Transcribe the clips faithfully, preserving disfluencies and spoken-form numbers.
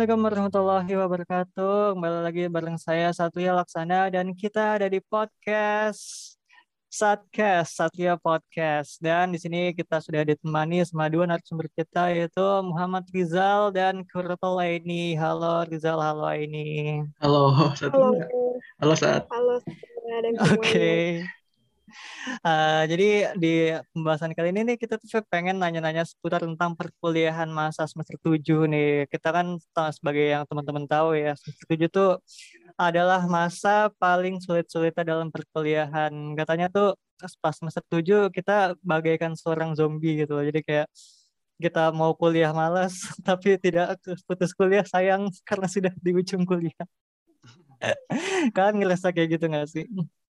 Assalamualaikum warahmatullahi wabarakatuh. Kembali lagi bareng saya Satria Laksana dan kita ada di podcast Satcast, Satria Podcast. Dan di sini kita sudah ditemani sama dua narasumber kita yaitu Muhammad Rizal dan Kurtul Aini. Halo Rizal, halo Aini. Halo Halo, Satria. Halo Sat. halo semuanya dan Oke. semuanya. Uh, jadi di pembahasan kali ini nih kita tuh pengen nanya-nanya seputar tentang perkuliahan masa semester tujuh nih. Kita kan ta- sebagai yang teman-teman tahu ya, semester tujuh tuh adalah masa paling sulit-sulitnya dalam perkuliahan. Katanya tuh pas semester tujuh kita bagaikan seorang zombie gitu loh. Jadi kayak kita mau kuliah malas tapi tidak putus kuliah sayang karena sudah di ujung kuliah. Kalian ngerasa kayak gitu nggak sih?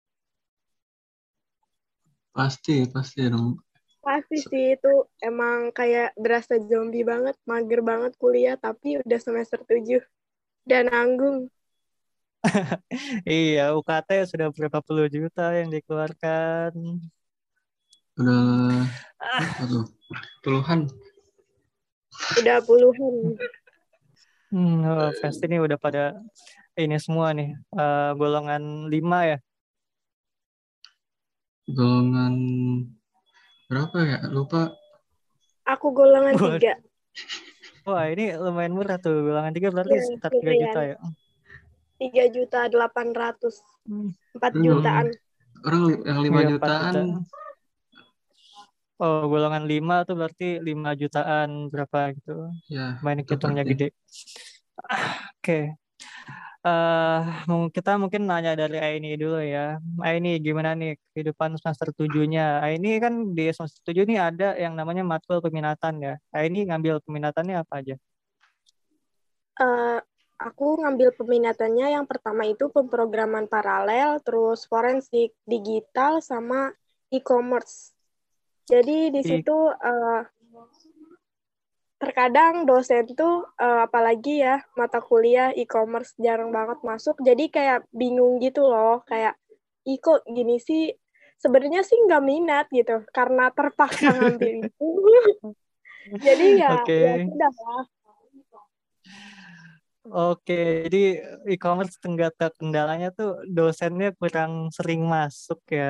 Pasti, pasti dong. Pasti sih itu emang kayak berasa zombie banget, mager banget kuliah tapi udah semester tujuh dan nanggung. Iya, U K T sudah berapa puluh juta yang dikeluarkan. Udah Ah, berapa tuh? Puluhan. Udah puluhan. hmm, oh, Fest ini udah pada ini semua nih, eh, golongan lima ya. Golongan berapa ya? Lupa. Aku golongan Wah, tiga. wah, ini lumayan murah tuh. Golongan tiga berarti Ya, sekitar tiga juta lumayan. ya. tiga juta delapan ratus. Hmm, empat Orang, jutaan. orang yang lima iya, empat jutaan. juta. Oh, golongan lima tuh berarti lima jutaan berapa gitu. Ya, Main tepat hitungnya ya. gede. Oke. Eh, mau- kita mungkin nanya dari Aini dulu ya. Aini gimana nih kehidupan semester tujuhnya? Aini kan di semester tujuh nih ada yang namanya matkul peminatan ya. Aini ngambil peminatannya apa aja? Eh, aku ngambil peminatannya yang pertama itu pemrograman paralel, terus forensik digital sama e-commerce. Jadi di I- situ eh, terkadang dosen tuh eh, apalagi ya mata kuliah e-commerce jarang banget masuk. Jadi kayak bingung gitu loh, kayak ih kok gini sih. Sebenarnya sih nggak minat gitu, karena terpaksa ngambil itu. Jadi ya Oke, ya sudah lah. oke. Jadi e-commerce tenggak kendalanya tuh dosennya kurang sering masuk ya.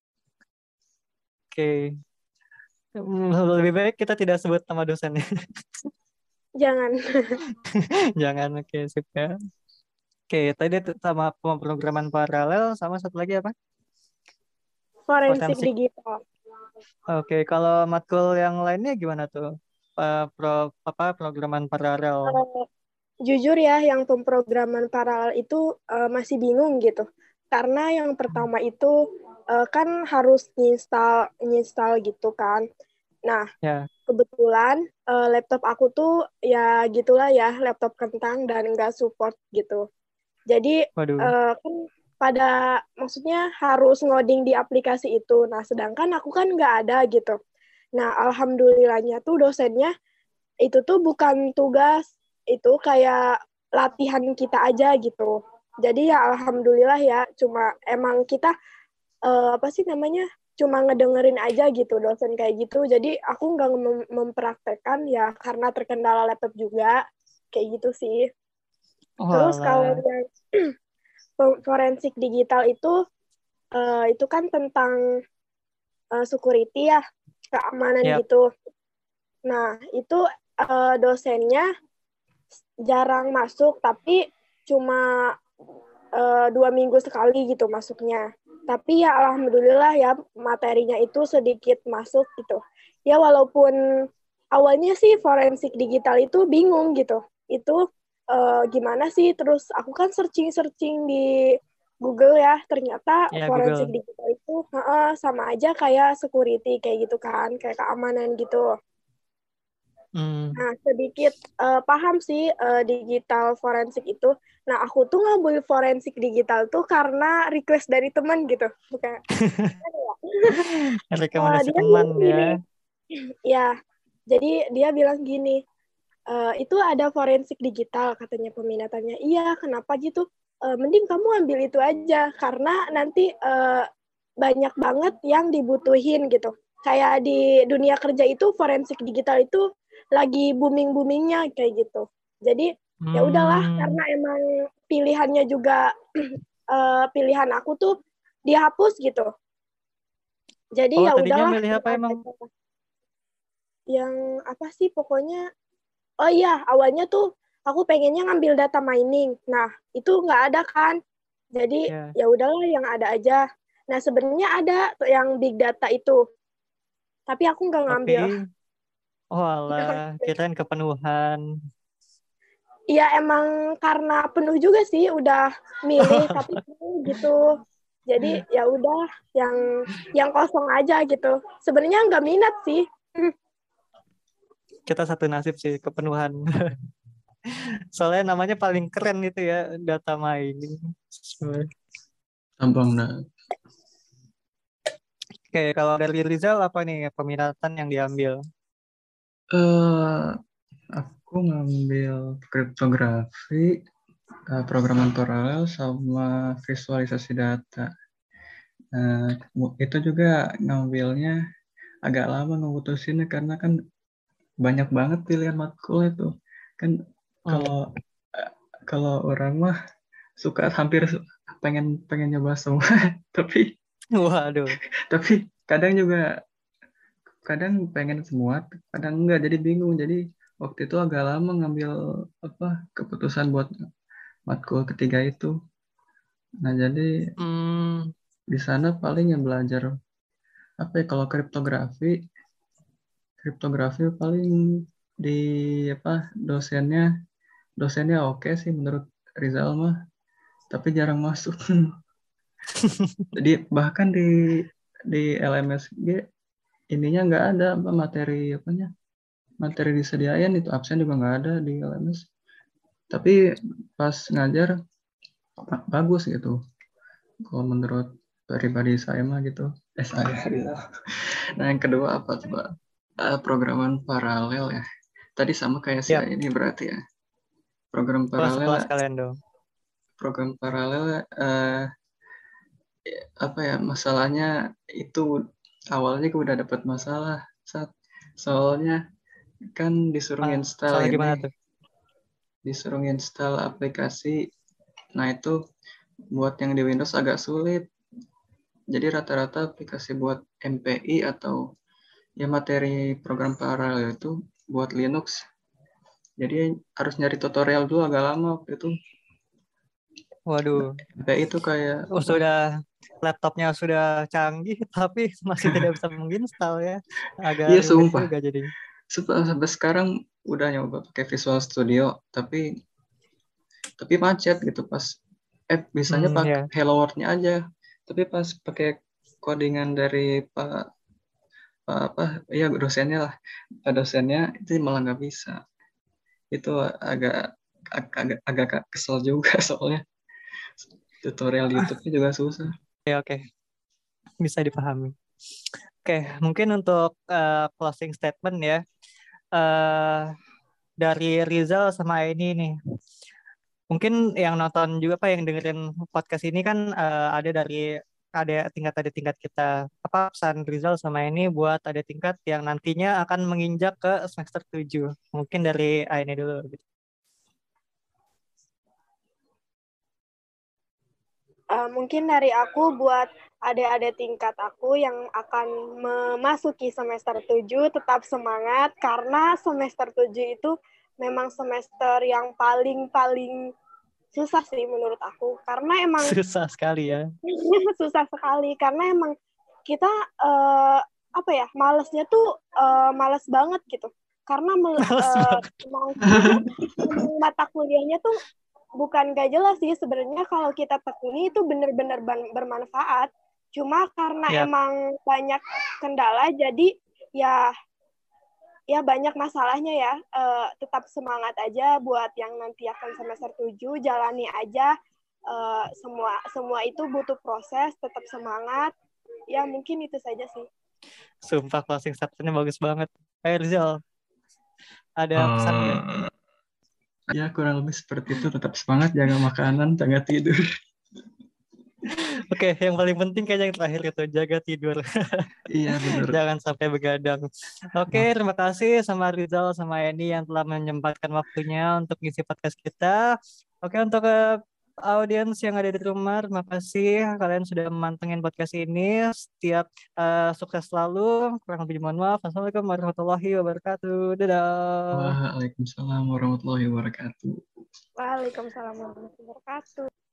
Oke. Hmm, Lebih baik kita tidak sebut nama dosennya. Jangan. Jangan, oke, sip ya. Oke, tadi tuh sama pemrograman paralel sama satu lagi apa? Forensik Forensik. digital. Oke, kalau matkul yang lainnya gimana tuh? Eh, pro, apa programan paralel? Eh, jujur ya, yang pemrograman paralel itu eh, masih bingung gitu. Karena yang pertama itu eh, kan harus nyinstal nyinstal gitu kan. Nah, Ya, kebetulan eh, laptop aku tuh ya gitulah ya, laptop kentang dan nggak support gitu. Jadi waduh. eh, kan pada maksudnya harus ngoding di aplikasi itu. Nah, sedangkan aku kan nggak ada gitu. Nah, alhamdulillahnya tuh dosennya itu tuh bukan tugas, itu kayak latihan kita aja gitu. Jadi ya alhamdulillah ya, cuma emang kita eh, apa sih namanya? Cuma ngedengerin aja gitu dosen kayak gitu. Jadi aku nggak mem- mempraktekkan ya karena terkendala laptop juga kayak gitu sih. Terus kalau Walah. yang forensik digital itu eh, itu kan tentang eh, security ya, keamanan Yap. gitu. Nah, itu eh, dosennya jarang masuk, tapi cuma eh, dua minggu sekali gitu masuknya. Tapi ya alhamdulillah ya materinya itu sedikit masuk gitu. Ya walaupun awalnya sih forensik digital itu bingung gitu. Itu eh, gimana sih? Terus aku kan searching-searching di Google ya, ternyata Ya, forensik Google. digital itu uh, sama aja kayak security kayak gitu kan, kayak keamanan gitu. Hmm. Nah, sedikit uh, paham sih uh, digital forensik itu. Nah, aku tuh ngambil forensik digital tuh karena request dari teman gitu. Bukan. Uh, Rekomendasi dia teman bilang ya. gini, ya, jadi dia bilang gini, e, itu ada forensik digital katanya peminatannya. Iya, kenapa gitu? E, mending kamu ambil itu aja, karena nanti e, banyak banget yang dibutuhin gitu. Kayak di dunia kerja itu forensik digital itu lagi booming-boomingnya kayak gitu. Jadi Ya udahlah, Hmm. karena emang pilihannya juga eh, pilihan aku tuh dihapus gitu. Jadi Oh, ya tadinya udahlah, milih yang apa ada emang? aja. Yang apa sih pokoknya, oh iya, awalnya tuh aku pengennya ngambil data mining. Nah, itu nggak ada kan. Jadi Ya, ya udahlah yang ada aja. Nah, sebenarnya ada tuh yang big data itu, tapi aku nggak ngambil. tapi oh alah, kirain kepenuhan. Iya emang karena penuh juga sih udah milih tapi penuh gitu. Jadi ya udah yang yang kosong aja gitu. Sebenarnya nggak minat sih. Kita satu nasib sih, kepenuhan. Soalnya namanya paling keren itu ya, data mining. Gampang dah. Oke, kalau dari Rizal apa nih peminatan yang diambil? Eh, aku ngambil kriptografi, eh, programan paralel sama visualisasi data. Nah, itu juga ngambilnya agak lama ngeputusinnya karena kan banyak banget pilihan matkul itu. Kan Hmm. kalau eh, kalau orang mah suka hampir su- pengen pengen nyoba semua, tapi Waduh. tapi kadang juga kadang pengen semua, kadang enggak jadi bingung. Jadi waktu itu agak lama ngambil apa keputusan buat matkul ketiga itu. Nah, jadi Hmm. di sana paling yang belajar apa ya kalau kriptografi, kriptografi paling di apa dosennya dosennya oke sih menurut Rizal mah, tapi jarang masuk. Jadi bahkan di di L M S G ininya nggak ada apa materi apanya materi disediain itu absen juga nggak ada di L M S. Tapi pas ngajar bagus gitu. Kalau menurut pribadi saya mah gitu. Eh saya gitu. Nah yang kedua apa coba? Eh, programan paralel ya. Tadi sama kayak si Ya, ini berarti ya. Program paralel, kelas-kelas kalian dong. program paralel eh, apa ya masalahnya itu awalnya gue udah dapat masalah saat soalnya kan disuruh install Salah ini gimana tuh? disuruh install aplikasi. Nah itu buat yang di Windows agak sulit. Jadi rata-rata aplikasi buat M P I atau ya materi program paralel itu buat Linux. Jadi harus nyari tutorial dulu agak lama waktu itu. Waduh. M P I itu kayak Oh, apa? sudah laptopnya sudah canggih tapi masih tidak bisa menginstal ya. Iya Agak ribet sumpah. juga jadi. Sampai sampai sekarang udah nyoba pakai Visual Studio, tapi tapi macet gitu pas eh bisanya Hmm, pakai ya. Hello World-nya aja. Tapi pas pakai codingan dari Pak Pak apa ya dosennya lah. Pak dosennya itu malah nggak bisa. Itu agak agak agak kesel juga soalnya tutorial YouTube-nya juga susah. Oke, oke. Bisa dipahami. Oke, mungkin untuk eh, closing statement ya. eh dari Rizal sama ini nih. Mungkin yang nonton juga Pak yang dengerin podcast ini kan eh, ada dari ada tingkat ada tingkat kita. Apa pesan Rizal sama ini buat ada tingkat yang nantinya akan menginjak ke semester tujuh. Mungkin dari ini dulu gitu. Uh, mungkin dari aku buat adik-adik tingkat aku yang akan memasuki semester tujuh tetap semangat karena semester tujuh itu memang semester yang paling-paling susah sih menurut aku karena emang Susah sekali ya. susah sekali karena emang kita uh, apa ya malesnya tuh uh, males banget gitu karena Males uh, banget. emang, emang mata kuliahnya tuh bukan gak jelas sih sebenarnya kalau kita tekuni itu benar-benar bermanfaat cuma karena Ya, emang banyak kendala jadi ya ya banyak masalahnya ya uh, tetap semangat aja buat yang nanti akan semester tujuh jalani aja uh, semua semua itu butuh proses tetap semangat ya mungkin itu saja sih. sumpah closing statementnya bagus banget. Hey Rizal, ada pesan nggak? Uh, ya kurang lebih seperti itu tetap semangat jaga makanan jaga tidur Oke, yang paling penting kayaknya yang terakhir itu jaga tidur. Iya benar. Jangan sampai begadang. Oke, terima kasih sama Rizal sama Eni yang telah menyempatkan waktunya untuk ngisi podcast kita. Oke, untuk eh, audiens yang ada di rumah, terima kasih kalian sudah memantengin podcast ini. Setiap eh, sukses selalu. Kurang lebih mohon maaf. Assalamualaikum warahmatullahi wabarakatuh. Dadah. Waalaikumsalam warahmatullahi wabarakatuh. Waalaikumsalam warahmatullahi wabarakatuh.